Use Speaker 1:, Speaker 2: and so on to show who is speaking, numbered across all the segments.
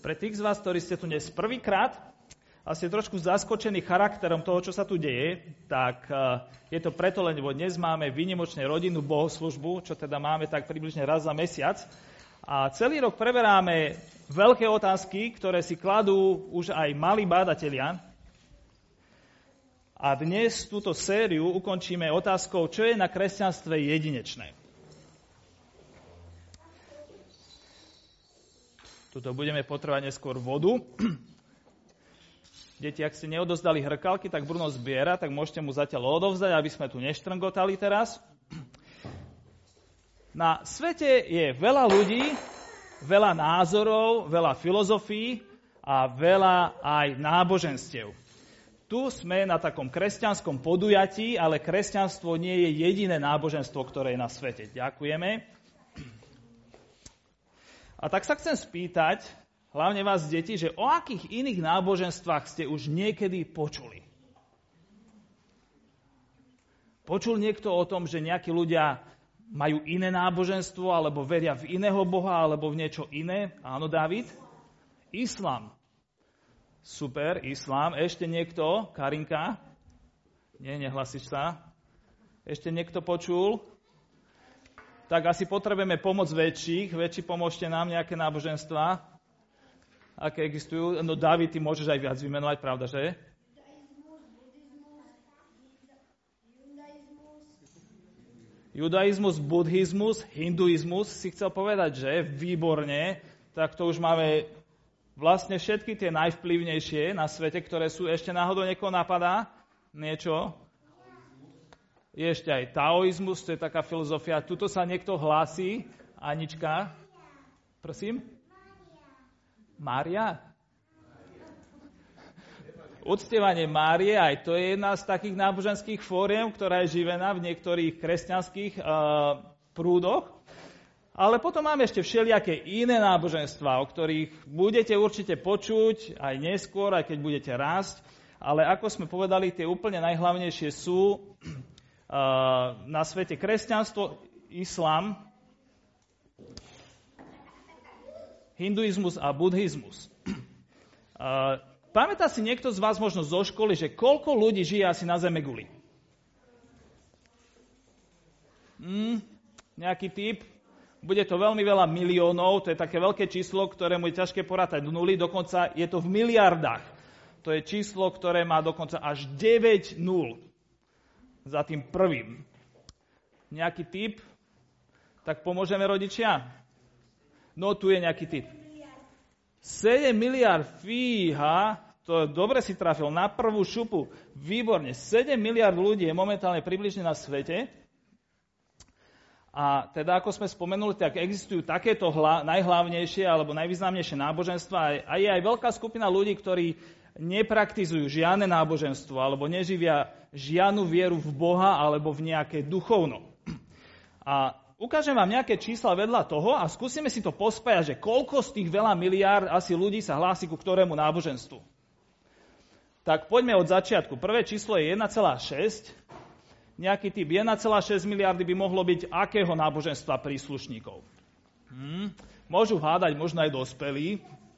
Speaker 1: Pre tých z vás, ktorí ste tu dnes prvýkrát a ste trošku zaskočení charakterom toho, čo sa tu deje, tak je to preto, lebo dnes máme výnimočne rodinnú bohoslužbu, čo teda máme tak približne raz za mesiac. A celý rok preberáme veľké otázky, ktoré si kladú už aj malí bádatelia. A dnes túto sériu ukončíme otázkou, čo je na kresťanstve jedinečné. Tuto budeme potrebovať neskôr vodu. Deti, ak ste neodozdali hrkalky, tak Bruno zbiera, tak môžete mu zatiaľ odovzdať, aby sme tu neštrngotali teraz. Na svete je veľa ľudí, veľa názorov, veľa filozofií a veľa aj náboženstiev. Tu sme na takom kresťanskom podujatí, ale kresťanstvo nie je jediné náboženstvo, ktoré je na svete. Ďakujeme. A tak sa chcem spýtať, hlavne vás, deti, že o akých iných náboženstvách ste už niekedy počuli? Počul niekto o tom, že nejakí ľudia majú iné náboženstvo, alebo veria v iného Boha, alebo v niečo iné? Áno, Dávid? Islám. Super, islám. Ešte niekto? Karinka? Nie, nehlasíš sa. Ešte niekto počul? Tak asi potrebujeme pomoc väčších. Väčší, pomôžte nám nejaké náboženstvá. Aké existujú? No, Dávid, ty môžeš aj viac vymenovať, pravda, že? Judaizmus, buddhizmus, hinduizmus, si chcel povedať, že? Výborne. Tak to už máme vlastne všetky tie najvplyvnejšie na svete, ktoré sú. Ešte náhodou niekoho napadá niečo? Je ešte aj taoizmus, to je taká filozofia. Tuto sa niekto hlási. Anička? Prosím? Mária? Uctievanie Márie, aj to je jedna z takých náboženských fóriem, ktorá je živená v niektorých kresťanských prúdoch. Ale potom máme ešte všelijaké iné náboženstvá, o ktorých budete určite počuť aj neskôr, aj keď budete rásť. Ale ako sme povedali, tie úplne najhlavnejšie sú na svete kresťanstvo, islám, hinduizmus a buddhizmus. Pamätá si niekto z vás možno zo školy, že koľko ľudí žije asi na Zemeguli? Nejaký typ? Bude to veľmi veľa miliónov, to je také veľké číslo, ktorému je ťažké porátať do nuly, dokonca je to v miliardách. To je číslo, ktoré má dokonca až 9 nul za tým prvým. Nejaký typ? Tak pomôžeme rodičia? No, tu je nejaký typ. 7 miliard, fíha, to dobre si trafil, na prvú šupu. Výborne, 7 miliard ľudí je momentálne približne na svete. A teda, ako sme spomenuli, tak existujú takéto najhlavnejšie alebo najvýznamnejšie náboženstva. A je aj veľká skupina ľudí, ktorí nepraktizujú žiadne náboženstvo alebo neživia žiadnu vieru v Boha alebo v nejaké duchovno. A ukážem vám nejaké čísla vedľa toho a skúsime si to pospájať, že koľko z tých veľa miliárd asi ľudí sa hlási ku ktorému náboženstvu. Tak poďme od začiatku. Prvé číslo je 1,6. Nejaký typ 1,6 miliardy by mohlo byť akého náboženstva príslušníkov? Môžu hádať možno aj dospelí.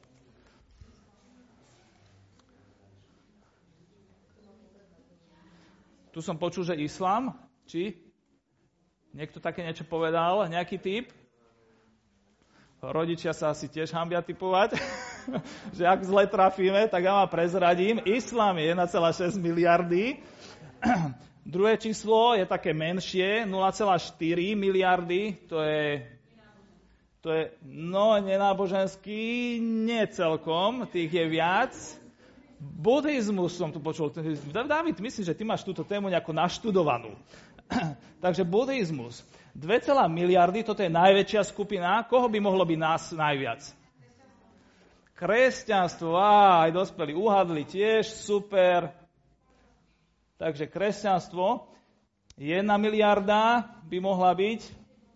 Speaker 1: Tu som počul, že islám. Či? Niekto také niečo povedal? Nejaký typ? Rodičia sa asi tiež hanbia typovať. Že ak zle trafíme, tak ja vám prezradím. Islám je 1,6 miliardy. Druhé číslo je také menšie, 0,4 miliardy, to je nenáboženský, nie celkom, tých je viac. Buddhizmus som tu počul. Dávid, myslím, že ty máš túto tému nejako naštudovanú. Takže buddhizmus. 2, miliardy, toto je najväčšia skupina. Koho by mohlo byť nás najviac? Kresťanstvo, aj dospelí uhadli tiež, super. Takže kresťanstvo, 1 miliarda by mohla byť.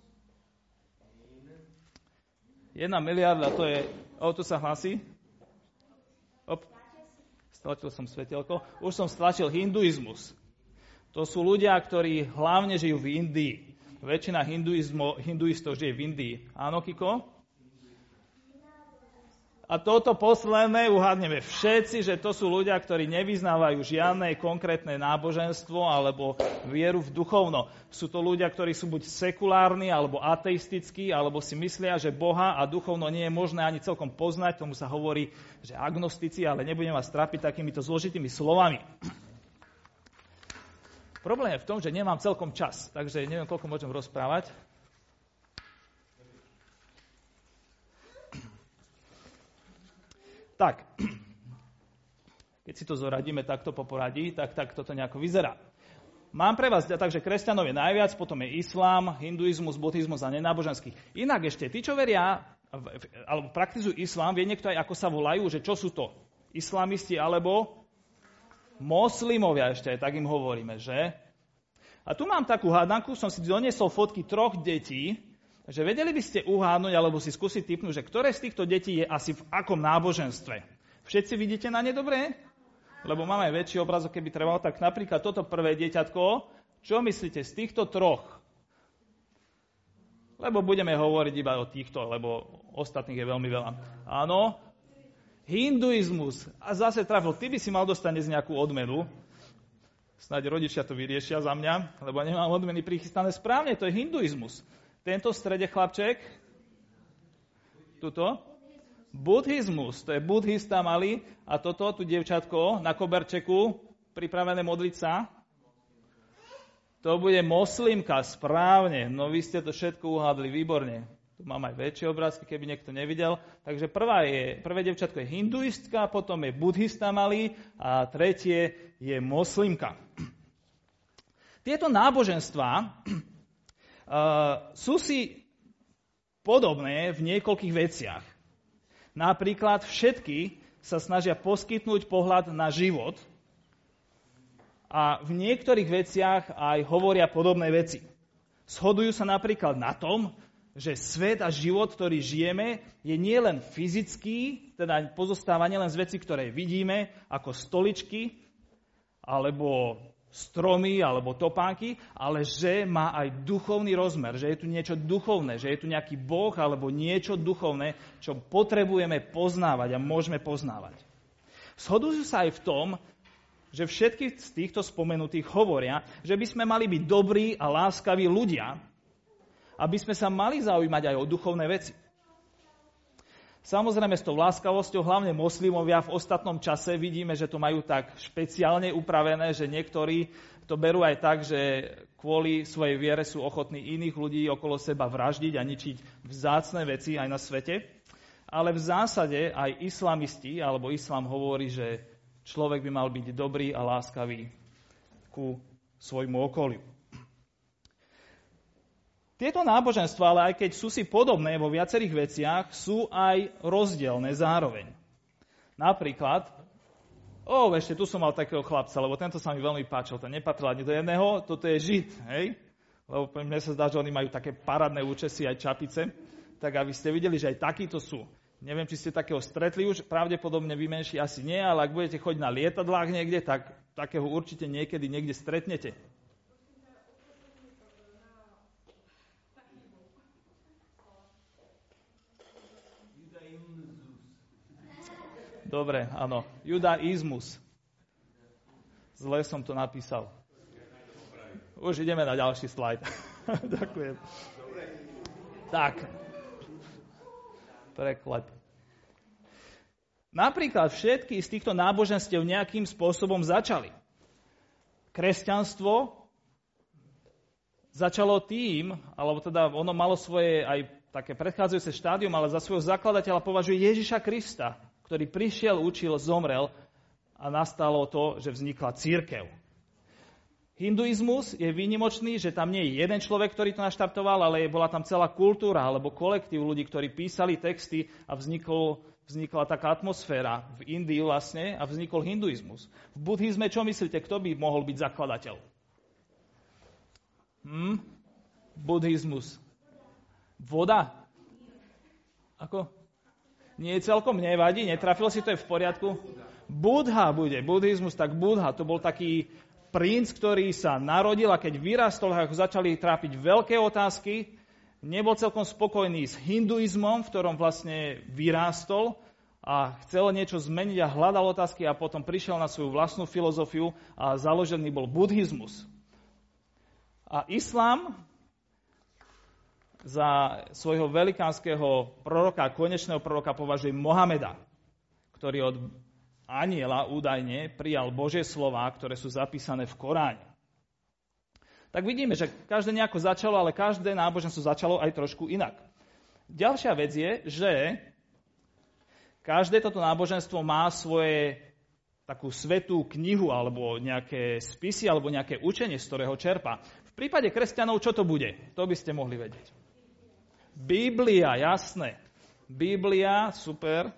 Speaker 1: 1 miliarda, to je... tu sa hlasí. Stlačil som svetelko. Už som stlačil hinduizmus. To sú ľudia, ktorí hlavne žijú v Indii. Väčšina hinduistov žije v Indii. Áno, Kiko? A toto posledné uhádneme všetci, že to sú ľudia, ktorí nevyznávajú žiadne konkrétne náboženstvo alebo vieru v duchovno. Sú to ľudia, ktorí sú buď sekulárni, alebo ateistickí, alebo si myslia, že Boha a duchovno nie je možné ani celkom poznať. Tomu sa hovorí, že agnostici, ale nebudem vás trápiť takýmito zložitými slovami. Problém je v tom, že nemám celkom čas, takže neviem, koľko môžem rozprávať. Tak, keď si to zoradíme takto po poradí, tak toto nejako vyzerá. Mám pre vás, takže kresťanov je najviac, potom je islám, hinduizmus, buddhizmus a nenáboženský. Inak ešte, tí, čo veria, alebo praktizujú islám, vie niekto aj, ako sa volajú, že čo sú to? Islamisti alebo moslimovia ešte, tak im hovoríme, že? A tu mám takú hádanku, som si doniesol fotky 3 detí, že vedeli by ste uhádnuť, alebo si skúsiť tipnúť, že ktoré z týchto detí je asi v akom náboženstve. Všetci vidíte na ne dobre? Lebo máme aj väčší obrazok, keby trebalo. Tak napríklad toto prvé dieťatko, čo myslíte z týchto 3? Lebo budeme hovoriť iba o týchto, lebo ostatných je veľmi veľa. Áno, hinduizmus. A zase trafil, ty by si mal dostať dnes nejakú odmenu. Snáď rodičia to vyriešia za mňa, lebo nemám odmeny prichystané správne, to je hinduizmus. Tento v strede chlapček, tuto, buddhizmus, to je buddhista malý, a toto, tu dievčatko na koberčeku, pripravené modliť sa, to bude moslimka, správne, no vy ste to všetko uhádli, výborne. Tu mám aj väčšie obrázky, keby niekto nevidel. Takže prvé dievčatko je hinduistka, potom je buddhista malý a tretie je moslimka. Tieto náboženstvá sú si podobné v niekoľkých veciach. Napríklad všetky sa snažia poskytnúť pohľad na život a v niektorých veciach aj hovoria podobné veci. Shodujú sa napríklad na tom, že svet a život, ktorý žijeme, je nielen fyzický, teda pozostáva nielen z vecí, ktoré vidíme, ako stoličky, alebo stromy alebo topánky, ale že má aj duchovný rozmer, že je tu niečo duchovné, že je tu nejaký Boh alebo niečo duchovné, čo potrebujeme poznávať a môžeme poznávať. Shodujú sa aj v tom, že všetky z týchto spomenutých hovoria, že by sme mali byť dobrí a láskaví ľudia, aby sme sa mali zaujímať aj o duchovné veci. Samozrejme s tou láskavosťou, hlavne moslimovia v ostatnom čase vidíme, že to majú tak špeciálne upravené, že niektorí to berú aj tak, že kvôli svojej viere sú ochotní iných ľudí okolo seba vraždiť a ničiť vzácne veci aj na svete. Ale v zásade aj islamisti, alebo islám hovorí, že človek by mal byť dobrý a láskavý ku svojmu okoliu. Tieto náboženstva, ale aj keď sú si podobné vo viacerých veciach, sú aj rozdielne zároveň. Napríklad, ešte tu som mal takého chlapca, lebo tento sa mi veľmi páčil, to nepatril ani do jedného, toto je Žid, hej? Lebo mne sa zdá, že oni majú také parádne účesy, aj čapice, tak aby ste videli, že aj takíto sú. Neviem, či ste takého stretli už, pravdepodobne vy menší asi nie, ale ak budete chodiť na lietadlách niekde, tak takého určite niekedy niekde stretnete. Dobre, áno. Judaizmus. Zle som to napísal. Už ideme na ďalší slajd. Ďakujem. Tak. Preklep. Napríklad všetky z týchto náboženstiev nejakým spôsobom začali. Kresťanstvo začalo tým, alebo teda ono malo svoje aj také predchádzajúce štádium, ale za svojho zakladateľa považuje Ježiša Krista, ktorý prišiel, učil, zomrel a nastalo to, že vznikla cirkev. Hinduizmus je výnimočný, že tam nie je jeden človek, ktorý to naštartoval, ale bola tam celá kultúra alebo kolektív ľudí, ktorí písali texty a vznikla taká atmosféra v Indii vlastne a vznikol hinduizmus. V buddhizme čo myslíte, kto by mohol byť zakladateľ? Buddhizmus. Voda? Ako? Nie celkom nevadí, netrafil si, to je v poriadku. Buddha bude, buddhizmus, tak Buddha, to bol taký princ, ktorý sa narodil a keď vyrastol, ako začali trápiť veľké otázky, nebol celkom spokojný s hinduizmom, v ktorom vlastne vyrástol a chcel niečo zmeniť a hľadal otázky a potom prišiel na svoju vlastnú filozofiu a založený bol buddhizmus. A islám za svojho velikánskeho proroka, konečného proroka považuje Mohameda, ktorý od anjela údajne prijal Božie slová, ktoré sú zapísané v Koráne. Tak vidíme, že každé nejako začalo, ale každé náboženstvo začalo aj trošku inak. Ďalšia vec je, že každé toto náboženstvo má svoje takú svätú knihu alebo nejaké spisy alebo nejaké učenie, z ktorého čerpá. V prípade kresťanov čo to bude? To by ste mohli vedieť. Biblia, jasné. Biblia, super.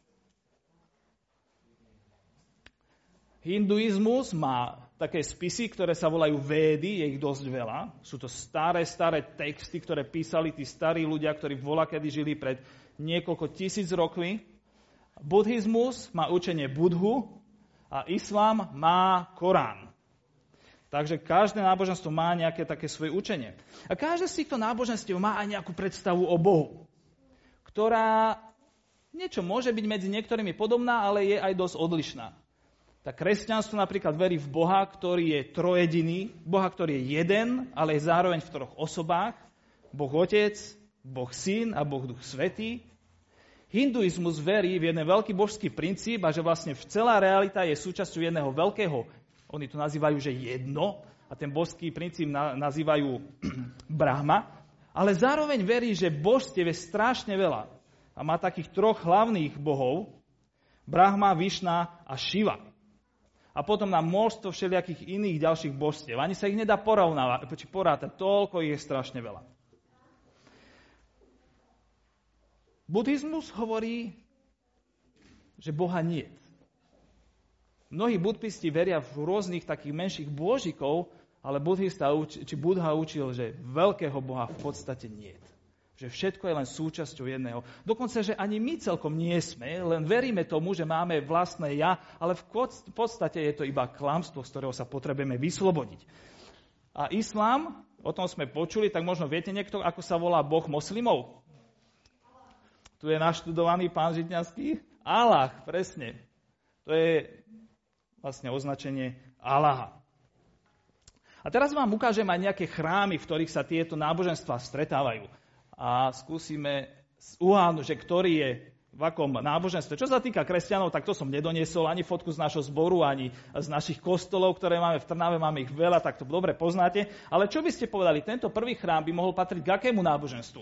Speaker 1: Hinduizmus má také spisy, ktoré sa volajú Védy, je ich dosť veľa. Sú to staré texty, ktoré písali tí starí ľudia, ktorí volakedy žili pred niekoľko tisíc rokmi. Buddhizmus má učenie Budhu a islám má Korán. Takže každé náboženstvo má nejaké také svoje učenie. A každé z týchto náboženstiev má aj nejakú predstavu o Bohu, ktorá niečo môže byť medzi niektorými podobná, ale je aj dosť odlišná. Tak kresťanstvo napríklad verí v Boha, ktorý je trojediný, Boha, ktorý je jeden, ale je zároveň v troch osobách. Boh Otec, Boh Syn a Boh Duch Svätý. Hinduizmus verí v jeden veľký božský princíp a že vlastne celá realita je súčasťou jedného veľkého, oni to nazývajú, že jedno, a ten božský princíp nazývajú Brahma, ale zároveň verí, že božstiev je strašne veľa a má takých troch hlavných bohov, Brahma, Višna a Šiva. A potom na množstvo všelijakých iných ďalších božstiev. Ani sa ich nedá porátať, toľko ich je strašne veľa. Buddhizmus hovorí, že Boha nie. Mnohí budhisti veria v rôznych takých menších božikov, ale Buddha učil, že veľkého Boha v podstate nie. Že všetko je len súčasťou jedného. Dokonca, že ani my celkom nie sme, len veríme tomu, že máme vlastné ja, ale v podstate je to iba klamstvo, z ktorého sa potrebujeme vyslobodiť. A islám, o tom sme počuli, tak možno viete niekto, ako sa volá Boh moslimov? Tu je naštudovaný pán Žitňanský. Allah, presne. To je vlastne označenie Allaha. A teraz vám ukážem aj nejaké chrámy, v ktorých sa tieto náboženstvá stretávajú. A skúsime uhádnuť, že ktorý je v akom náboženstve. Čo sa týka kresťanov, tak to som nedoniesol ani fotku z našho zboru, ani z našich kostolov, ktoré máme v Trnave, máme ich veľa, tak to dobre poznáte. Ale čo by ste povedali, tento prvý chrám by mohol patriť k akému náboženstvu?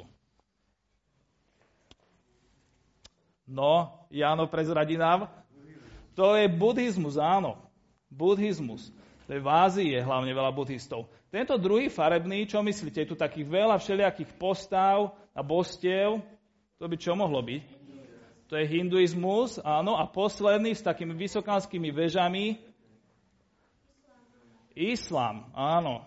Speaker 1: No, Jáno, prezradí nám. To je buddhizmus, áno. Buddhizmus. To je v Ázii, je hlavne veľa buddhistov. Tento druhý farebný, čo myslíte? Je tu takých veľa všelijakých postav a bostiev. To by čo mohlo byť? To je hinduizmus, áno. A posledný s takými vysokánskymi vežami. Islám, áno.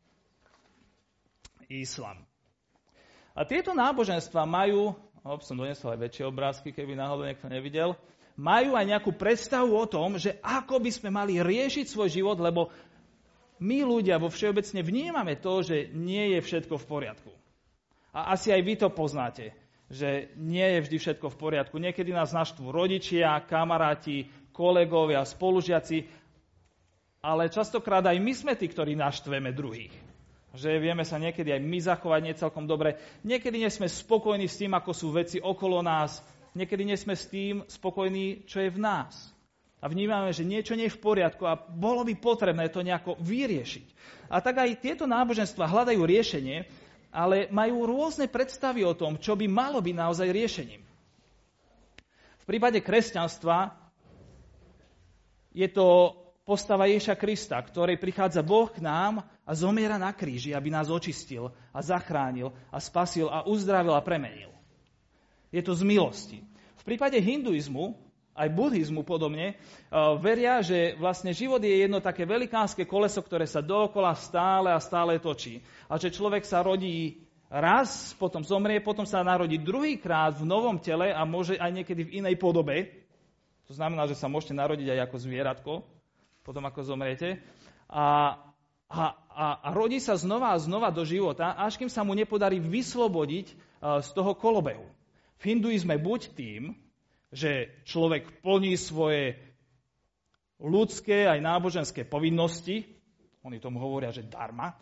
Speaker 1: Islám. A tieto náboženstva majú, som donesol aj väčšie obrázky, keby náhodou niekto nevidel, majú aj nejakú predstavu o tom, že ako by sme mali riešiť svoj život, lebo my ľudia vo všeobecne vnímame to, že nie je všetko v poriadku. A asi aj vy to poznáte, že nie je vždy všetko v poriadku. Niekedy nás naštvú rodičia, kamaráti, kolegovia, spolužiaci, ale častokrát aj my sme tí, ktorí naštveme druhých. Že vieme sa niekedy aj my zachovať nie celkom dobre. Niekedy nie sme spokojní s tým, ako sú veci okolo nás. Niekedy nie sme s tým spokojní, čo je v nás. A vnímame, že niečo nie je v poriadku a bolo by potrebné to nejako vyriešiť. A tak aj tieto náboženstva hľadajú riešenie, ale majú rôzne predstavy o tom, čo by malo byť naozaj riešením. V prípade kresťanstva je to postava Ježiša Krista, ktorej prichádza Boh k nám a zomiera na kríži, aby nás očistil a zachránil a spasil a uzdravil a premenil. Je to z milosti. V prípade hinduizmu, aj buddhizmu podobne, veria, že vlastne život je jedno také velikánske koleso, ktoré sa dookola stále a stále točí. A že človek sa rodí raz, potom zomrie, potom sa narodí druhýkrát v novom tele a môže aj niekedy v inej podobe. To znamená, že sa môžete narodiť aj ako zvieratko, potom ako zomriete. A rodí sa znova a znova do života, až kým sa mu nepodarí vyslobodiť z toho kolobehu. V hinduizme buď tým, že človek plní svoje ľudské aj náboženské povinnosti, oni tomu hovoria, že darma,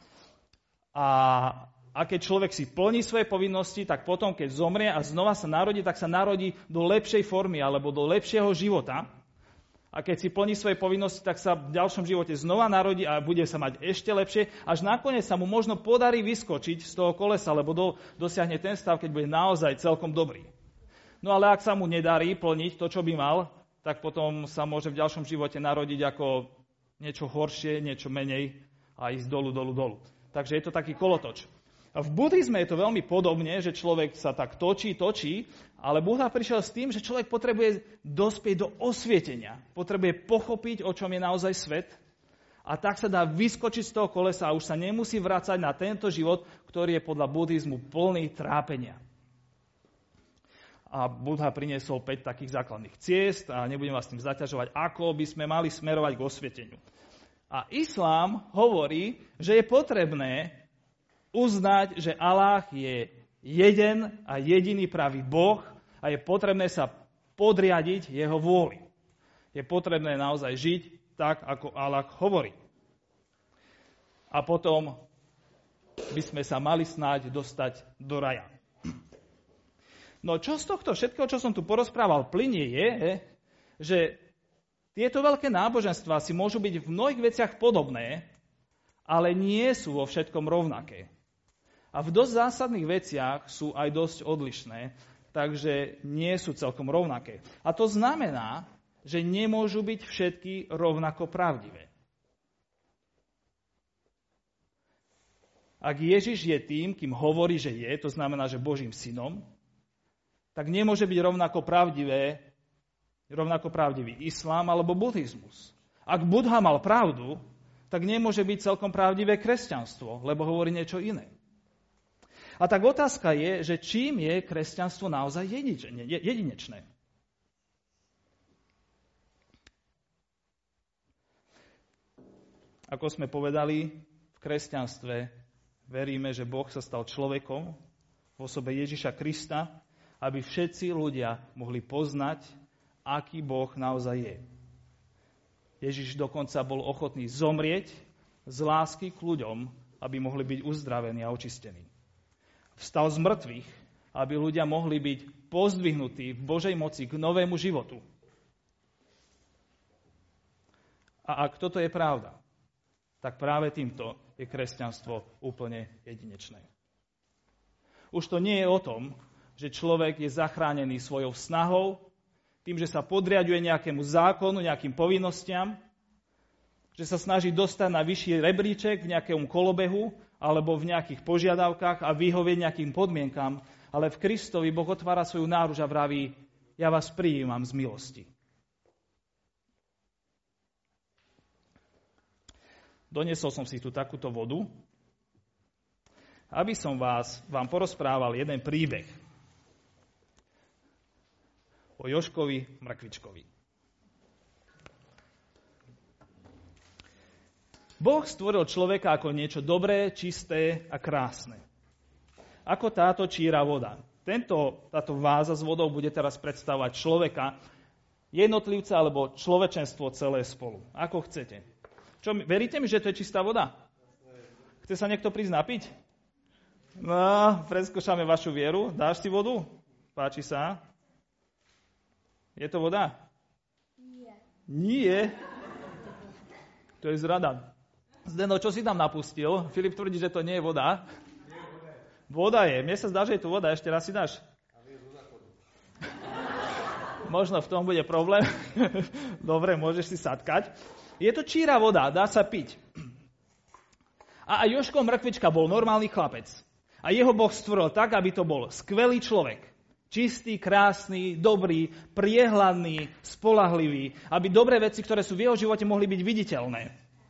Speaker 1: a keď človek si plní svoje povinnosti, tak potom, keď zomrie a znova sa narodí, tak sa narodí do lepšej formy alebo do lepšieho života. A keď si plní svoje povinnosti, tak sa v ďalšom živote znova narodí a bude sa mať ešte lepšie, až nakoniec sa mu možno podarí vyskočiť z toho kolesa, lebo dosiahne ten stav, keď bude naozaj celkom dobrý. No ale ak sa mu nedarí plniť to, čo by mal, tak potom sa môže v ďalšom živote narodiť ako niečo horšie, niečo menej a ísť dolu. Takže je to taký kolotoč. A v buddhizme je to veľmi podobne, že človek sa tak točí, ale Buddha prišiel s tým, že človek potrebuje dospieť do osvietenia. Potrebuje pochopiť, o čom je naozaj svet. A tak sa dá vyskočiť z toho kolesa a už sa nemusí vracať na tento život, ktorý je podľa buddhizmu plný trápenia. A Buddha priniesol 5 takých základných ciest a nebudem vás tým zaťažovať, ako by sme mali smerovať k osvieteniu. A islám hovorí, že je potrebné uznať, že Allah je jeden a jediný pravý Boh a je potrebné sa podriadiť jeho vôli. Je potrebné naozaj žiť tak, ako Allah hovorí. A potom by sme sa mali snáď dostať do raja. No čo z tohto všetkého, čo som tu porozprával, plynie je, že tieto veľké náboženstvá si môžu byť v mnohých veciach podobné, ale nie sú vo všetkom rovnaké. A v dosť zásadných veciach sú aj dosť odlišné, takže nie sú celkom rovnaké. A to znamená, že nemôžu byť všetky rovnako pravdivé. Ak Ježiš je tým, kým hovorí, že je, to znamená, že Božím synom, tak nemôže byť rovnako pravdivý islám alebo buddhizmus. Ak Buddha mal pravdu, tak nemôže byť celkom pravdivé kresťanstvo, lebo hovorí niečo iné. A tak otázka je, že čím je kresťanstvo naozaj jedinečné? Ako sme povedali, v kresťanstve veríme, že Boh sa stal človekom v osobe Ježiša Krista, aby všetci ľudia mohli poznať, aký Boh naozaj je. Ježiš dokonca bol ochotný zomrieť z lásky k ľuďom, aby mohli byť uzdravení a očistení. Vstal z mŕtvych, aby ľudia mohli byť pozdvihnutí v Božej moci k novému životu. A ak toto je pravda, tak práve týmto je kresťanstvo úplne jedinečné. Už to nie je o tom, že človek je zachránený svojou snahou, tým, že sa podriaďuje nejakému zákonu, nejakým povinnostiam, že sa snaží dostať na vyšší rebríček v nejakom kolobehu alebo v nejakých požiadavkách a vyhovieť nejakým podmienkam, ale v Kristovi Boh otvára svoju náruč a vraví, ja vás prijímam z milosti. Doniesol som si tu takúto vodu, aby som vám porozprával jeden príbeh o Jožkovi Mrkvičkovi. Boh stvoril človeka ako niečo dobré, čisté a krásne. Ako táto číra voda. Táto váza s vodou bude teraz predstavovať človeka, jednotlivca alebo človečenstvo celé spolu. Ako chcete. Veríte mi, že to je čistá voda? Chce sa niekto prísť napiť? No, preskúšame vašu vieru. Dáš si vodu? Páči sa? Je to voda? Nie. To je zrada. Zdeno, čo si tam napustil? Filip tvrdí, že to nie je voda. Voda je. Mne sa zdá, že je to voda. Ešte raz si dáš. Možno v tom bude problém. Dobre, môžeš si sadkať. Je to číra voda, dá sa piť. A Jožko Mrkvička bol normálny chlapec. A jeho Boh stvoril tak, aby to bol skvelý človek. Čistý, krásny, dobrý, priehľadný, spoľahlivý, aby dobré veci, ktoré sú v jeho živote, mohli byť viditeľné.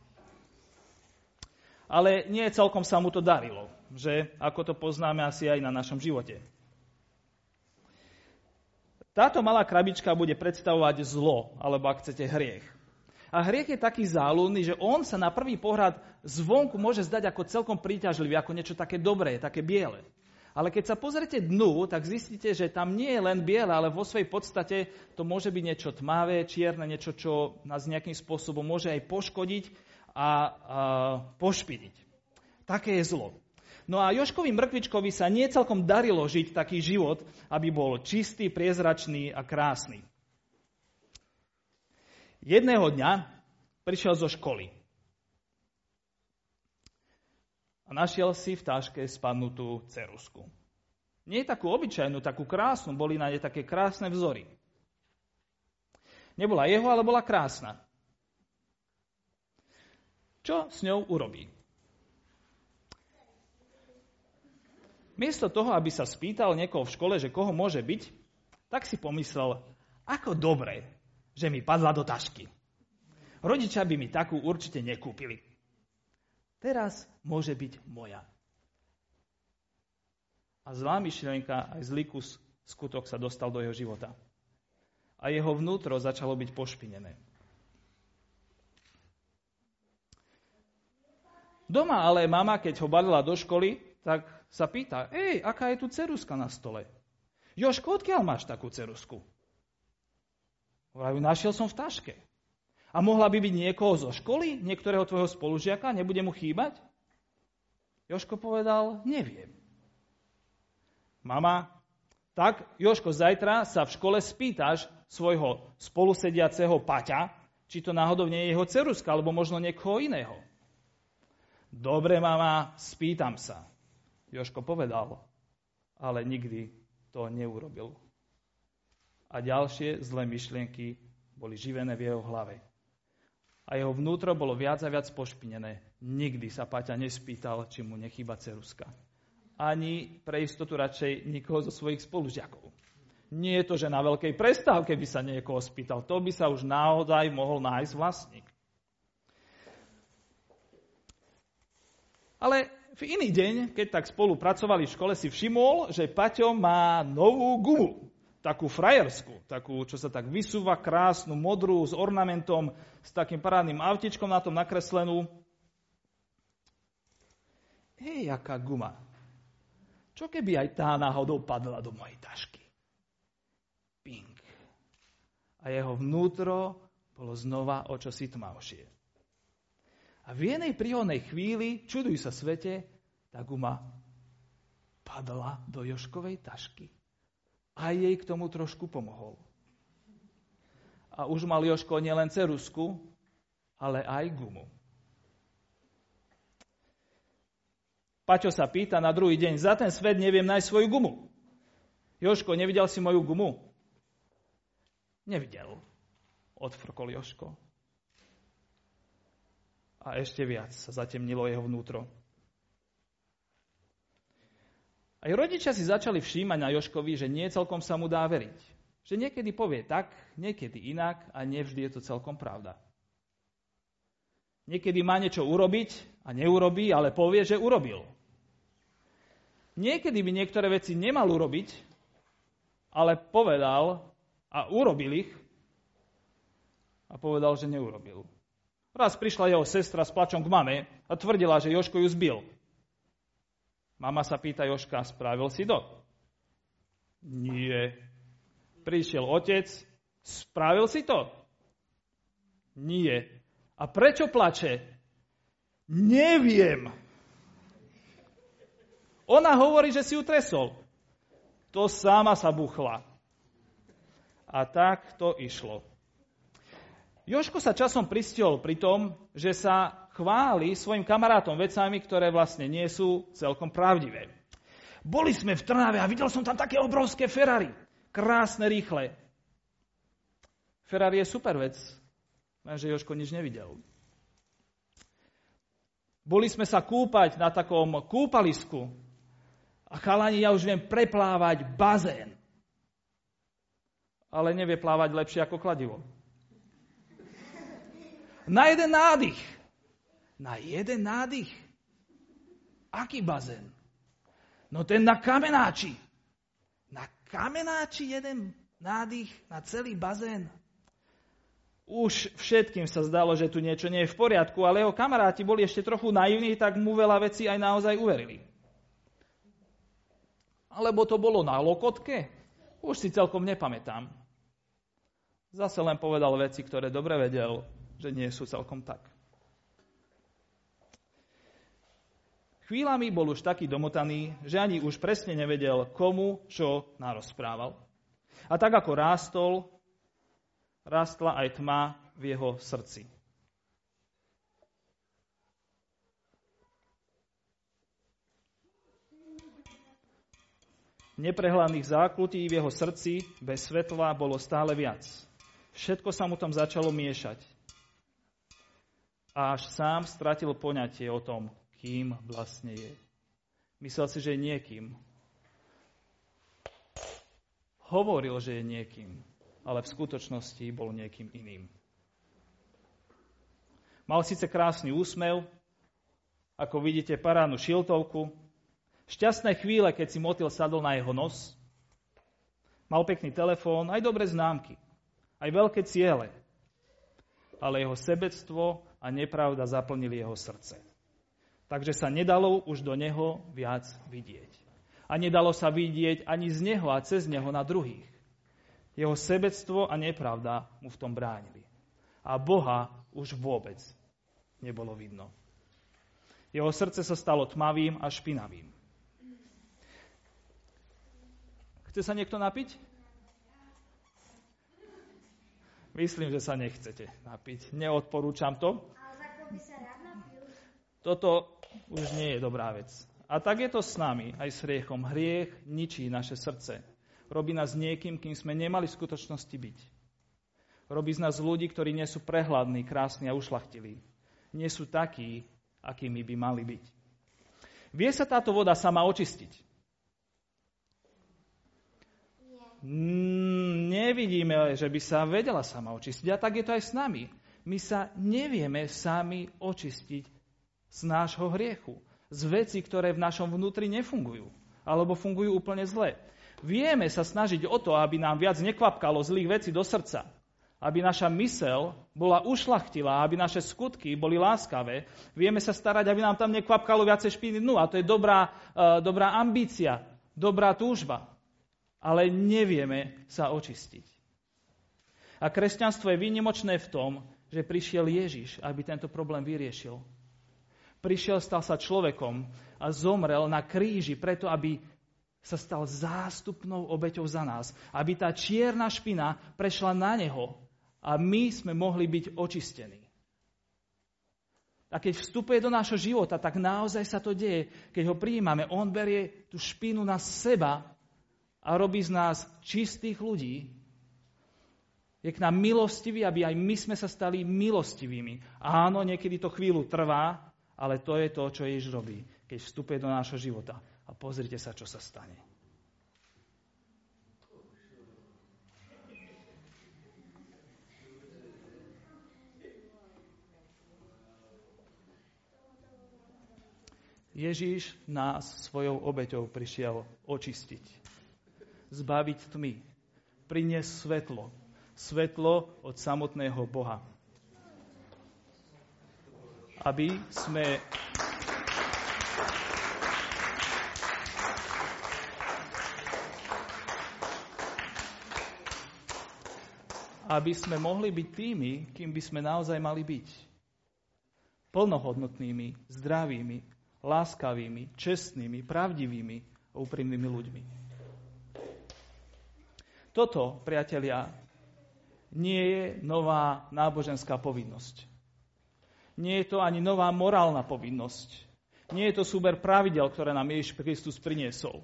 Speaker 1: Ale nie celkom sa mu to darilo, že? Ako to poznáme asi aj na našom živote. Táto malá krabička bude predstavovať zlo, alebo ak chcete hriech. A hriech je taký záľudný, že on sa na prvý pohľad zvonku môže zdať ako celkom príťažlivý, ako niečo také dobré, také biele. Ale keď sa pozrete dnu, tak zistíte, že tam nie je len biele, ale vo svojej podstate to môže byť niečo tmavé, čierne, niečo, čo nás nejakým spôsobom môže aj poškodiť a pošpiniť. Také je zlo. No a Jožkovi Mrkvičkovi sa nie celkom darilo žiť taký život, aby bol čistý, priezračný a krásny. Jedného dňa prišiel zo školy a našiel si v taške spadnutú ceruzku. Nie takú obyčajnú, takú krásnu, boli na nej také krásne vzory. Nebola jeho, ale bola krásna. Čo s ňou urobí? Miesto toho, aby sa spýtal niekoho v škole, že koho môže byť, tak si pomyslel, ako dobre, že mi padla do tašky. Rodičia by mi takú určite nekúpili. Teraz môže byť moja. A zlá myšlienka, aj zlý skutok sa dostal do jeho života. A jeho vnútro začalo byť pošpinené. Doma ale mama, keď ho balila do školy, tak sa pýta, aká je tu ceruzka na stole? Jožko, odkiaľ máš takú ceruzku? Našiel som v taške. A mohla by byť niekoho zo školy, niektorého tvojho spolužiaka, nebude mu chýbať? Jožko povedal, neviem. Mama, tak Jožko, zajtra sa v škole spýtaš svojho spolusediaceho Paťa, či to náhodou nie je jeho ceruzka, alebo možno niekoho iného. Dobre, mama, spýtam sa. Jožko povedal, ale nikdy to neurobil. A ďalšie zlé myšlienky boli živené v jeho hlave. A jeho vnútro bolo viac a viac pošpinené. Nikdy sa Paťa nespýtal, či mu nechýba ceruzka. Ani pre istotu radšej nikoho zo svojich spolužiakov. Nie je to, že na veľkej prestávke by sa niekoho spýtal. To by sa už naozaj mohol nájsť vlastník. Ale v iný deň, keď tak spolu pracovali v škole, si všimol, že Paťo má novú gumu. Takú frajerskú, takú, čo sa tak vysúva, krásnu, modrú, s ornamentom, s takým parádnym autičkom na tom nakreslenú. Aká guma. Čo keby aj tá náhodou padla do mojej tašky? Pink. A jeho vnútro bolo znova o čosi tmavšie. A v jednej príhodnej chvíli, čuduj sa svete, tá guma padla do Jožkovej tašky. A jej k tomu trošku pomohol. A už mal Jožko nielen ceruzku, ale aj gumu. Paťo sa pýta na druhý deň, za ten svet neviem nájsť svoju gumu. Jožko, nevidel si moju gumu? Nevidel, odfrkol Jožko. A ešte viac sa zatemnilo jeho vnútro. Aj rodičia si začali všímať na Jožkovi, že nie celkom sa mu dá veriť. Že niekedy povie tak, niekedy inak a nevždy je to celkom pravda. Niekedy má niečo urobiť a neurobí, ale povie, že urobil. Niekedy by niektoré veci nemal urobiť, ale povedal a urobil ich a povedal, že neurobil. Raz prišla jeho sestra s plačom k mame a tvrdila, že Jožko ju zbil. Mama sa pýta Jožka, spravil si to? Nie. Prišiel otec, spravil si to? Nie. A prečo plače? Neviem. Ona hovorí, že si ju tresol. To sama sa buchla. A tak to išlo. Jožko sa časom pristihol pri tom, že sa chváli svojim kamarátom vecami, ktoré vlastne nie sú celkom pravdivé. Boli sme v Trnave a videl som tam také obrovské Ferrari. Krásne, rýchle. Ferrari je super vec, lenže Jožko nič nevidel. Boli sme sa kúpať na takom kúpalisku a chalani, ja už viem preplávať bazén. Ale nevie plávať lepšie ako kladivo. Na jeden nádych. Na jeden nádych? Aký bazén? No ten na Kamenáči. Na Kamenáči jeden nádych na celý bazén. Už všetkým sa zdalo, že tu niečo nie je v poriadku, ale jeho kamaráti boli ešte trochu naivní, tak mu veľa vecí aj naozaj uverili. Alebo to bolo na Lokotke? Už si celkom nepamätám. Zase len povedal veci, ktoré dobre vedel, že nie sú celkom tak. Chvíľami bol už taký domotaný, že ani už presne nevedel, komu čo narozprával. A tak ako rástla aj tma v jeho srdci. Neprehľadných zákrutí v jeho srdci bez svetla bolo stále viac. Všetko sa mu tam začalo miešať. A až sám stratil poňatie o tom, kým vlastne je. Myslel si, že je niekým. Hovoril, že je niekým, ale v skutočnosti bol niekým iným. Mal síce krásny úsmev, ako vidíte parádnu šiltovku, šťastné chvíle, keď si motýl sadol na jeho nos, mal pekný telefón, aj dobré známky, aj veľké ciele, ale jeho sebectvo a nepravda zaplnili jeho srdce. Takže sa nedalo už do neho viac vidieť. A nedalo sa vidieť ani z neho a cez neho na druhých. Jeho sebectvo a nepravda mu v tom bránili. A Boha už vôbec nebolo vidno. Jeho srdce sa stalo tmavým a špinavým. Chce sa niekto napiť? Myslím, že sa nechcete napiť. Neodporúčam to. Toto už nie je dobrá vec. A tak je to s nami, aj s hriechom. Hriech ničí naše srdce. Robí nás niekým, kým sme nemali v skutočnosti byť. Robí z nás ľudí, ktorí nie sú prehľadní, krásni a ušľachtilí. Nie sú takí, akými by mali byť. Vie sa táto voda sama očistiť? Nevidíme, že by sa vedela sama očistiť. A tak je to aj s nami. My sa nevieme sami očistiť z nášho hriechu. Z vecí, ktoré v našom vnútri nefungujú. Alebo fungujú úplne zle. Vieme sa snažiť o to, aby nám viac nekvapkalo zlých vecí do srdca. Aby naša myseľ bola ušľachtilá, aby naše skutky boli láskavé. Vieme sa starať, aby nám tam nekvapkalo viacej špiny dnu. A to je dobrá ambícia, dobrá túžba. Ale nevieme sa očistiť. A kresťanstvo je výnimočné v tom, že prišiel Ježiš, aby tento problém vyriešil. Prišiel, stal sa človekom a zomrel na kríži preto, aby sa stal zástupnou obeťou za nás. Aby tá čierna špina prešla na neho a my sme mohli byť očistení. A keď vstupuje do nášho života, tak naozaj sa to deje. Keď ho prijímame, on berie tú špinu na seba a robí z nás čistých ľudí. Je k nám milostivý, aby aj my sme sa stali milostivými. Áno, niekedy to chvíľu trvá, ale to je to, čo Ježiš robí, keď vstupuje do nášho života. A pozrite sa, čo sa stane. Ježiš nás svojou obeťou prišiel očistiť. Zbaviť tmy. Priniesť svetlo. Svetlo od samotného Boha. Aby sme mohli byť tými, kým by sme naozaj mali byť. Plnohodnotnými, zdravými, láskavými, čestnými, pravdivými a úprimnými ľuďmi. Toto, priatelia, nie je nová náboženská povinnosť. Nie je to ani nová morálna povinnosť. Nie je to súber pravidel, ktoré nám Ježiš Kristus priniesol.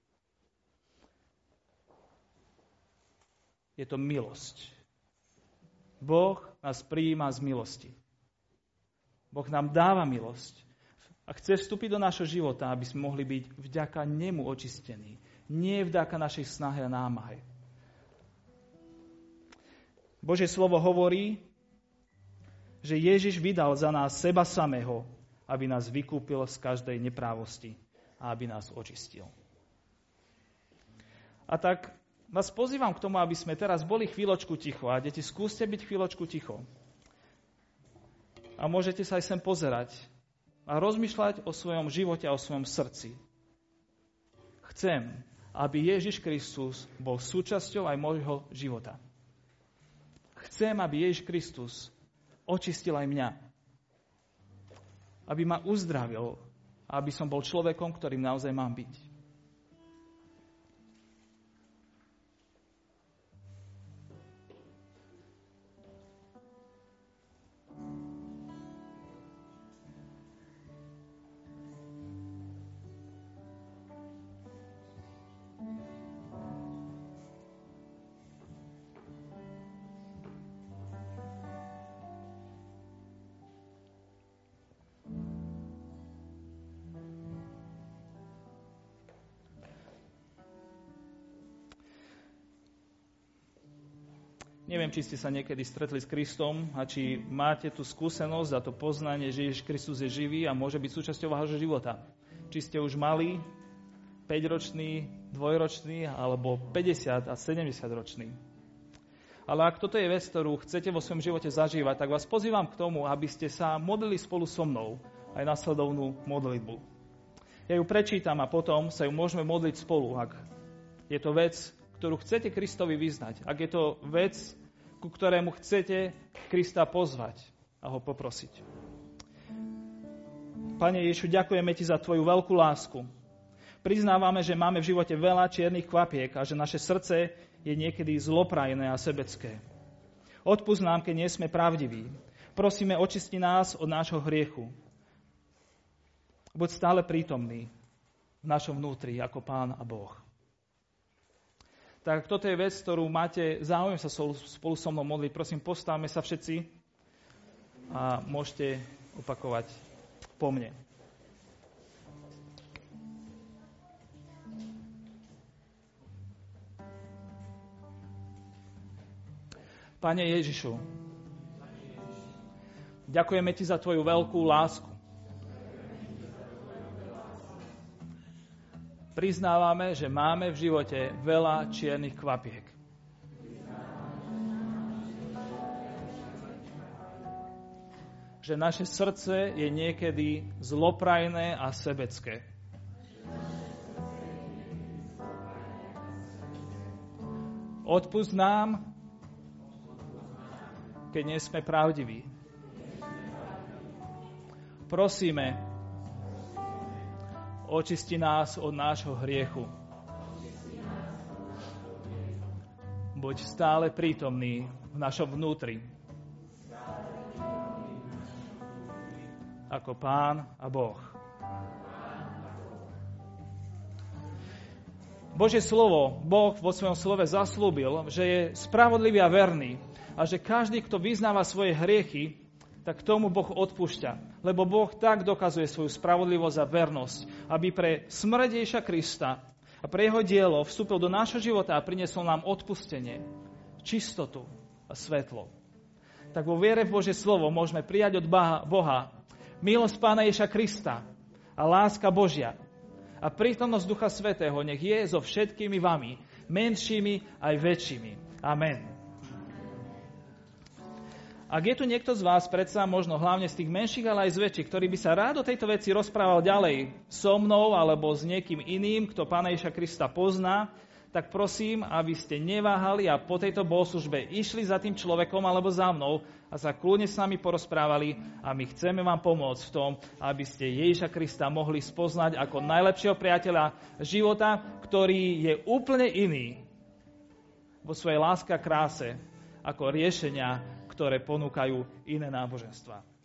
Speaker 1: Je to milosť. Boh nás prijíma z milosti. Boh nám dáva milosť. A chce vstúpiť do nášho života, aby sme mohli byť vďaka nemu očistení. Nie vďaka našej snahe a námahe. Božie slovo hovorí, že Ježiš vydal za nás seba samého, aby nás vykúpil z každej neprávosti a aby nás očistil. A tak vás pozývam k tomu, aby sme teraz boli chvíľočku ticho. A deti, skúste byť chvíľočku ticho. A môžete sa aj sem pozerať a rozmýšľať o svojom živote a o svojom srdci. Chcem, aby Ježiš Kristus bol súčasťou aj môjho života. Chcem, aby Ježiš Kristus očistil aj mňa. Aby ma uzdravil, aby som bol človekom, ktorým naozaj mám byť. Neviem, či ste sa niekedy stretli s Kristom a či máte tú skúsenosť a to poznanie, že Ježiš Kristus je živý a môže byť súčasťou vášho života. Či ste už mali 5-ročný, 2-ročný alebo 50 a 70-ročný. Ale ak toto je vec, ktorú chcete vo svojom živote zažívať, tak vás pozývam k tomu, aby ste sa modlili spolu so mnou aj nasledovnú modlitbu. Ja ju prečítam a potom sa ju môžeme modliť spolu, ak je to vec, ktorú chcete Kristovi vyznať. Ak je to vec, ku ktorému chcete Krista pozvať a ho poprosiť. Pane Ježišu, ďakujeme Ti za Tvoju veľkú lásku. Priznávame, že máme v živote veľa čiernych kvapiek a že naše srdce je niekedy zloprajné a sebecké. Odpusť nám, keď nie sme pravdiví. Prosíme, očisti nás od nášho hriechu. Buď stále prítomný v našom vnútri ako Pán a Boh. Tak toto je vec, ktorú máte záujem sa spolu so mnou modliť. Prosím, postavme sa všetci a môžete opakovať po mne. Pane Ježišu, ďakujeme Ti za Tvoju veľkú lásku. Priznávame, že máme v živote veľa čiernych kvapiek. Že naše srdce je niekedy zloprajné a sebecké. Odpusť nám, keď nie sme pravdiví. Prosíme, očisti nás od nášho hriechu. Buď stále prítomný v našom vnútri. Ako Pán a Boh. Božie slovo, Boh vo svojom slove zaslúbil, že je spravodlivý a verný a že každý, kto vyznáva svoje hriechy, tak tomu Boh odpúšťa. Lebo Boh tak dokazuje svoju spravodlivosť a vernosť, aby pre smrť Ježiša Krista a pre jeho dielo vstúpil do nášho života a priniesol nám odpustenie, čistotu a svetlo. Tak vo viere v Božie slovo môžeme prijať od Boha milosť Pána Ježiša Krista a láska Božia a prítomnosť Ducha Svätého nech je so všetkými vami, menšími aj väčšími. Amen. Ak je tu niekto z vás, predsa možno hlavne z tých menších, ale aj z väčších, ktorý by sa rád o tejto veci rozprával ďalej so mnou alebo s niekým iným, kto Pána Ježiša Krista pozná, tak prosím, aby ste neváhali a po tejto bohoslužbe išli za tým človekom alebo za mnou a sa kľudne s nami porozprávali a my chceme vám pomôcť v tom, aby ste Ježiša Krista mohli spoznať ako najlepšieho priateľa života, ktorý je úplne iný vo svojej láske a kráse ako riešenia, ktoré ponúkajú iné náboženstvá.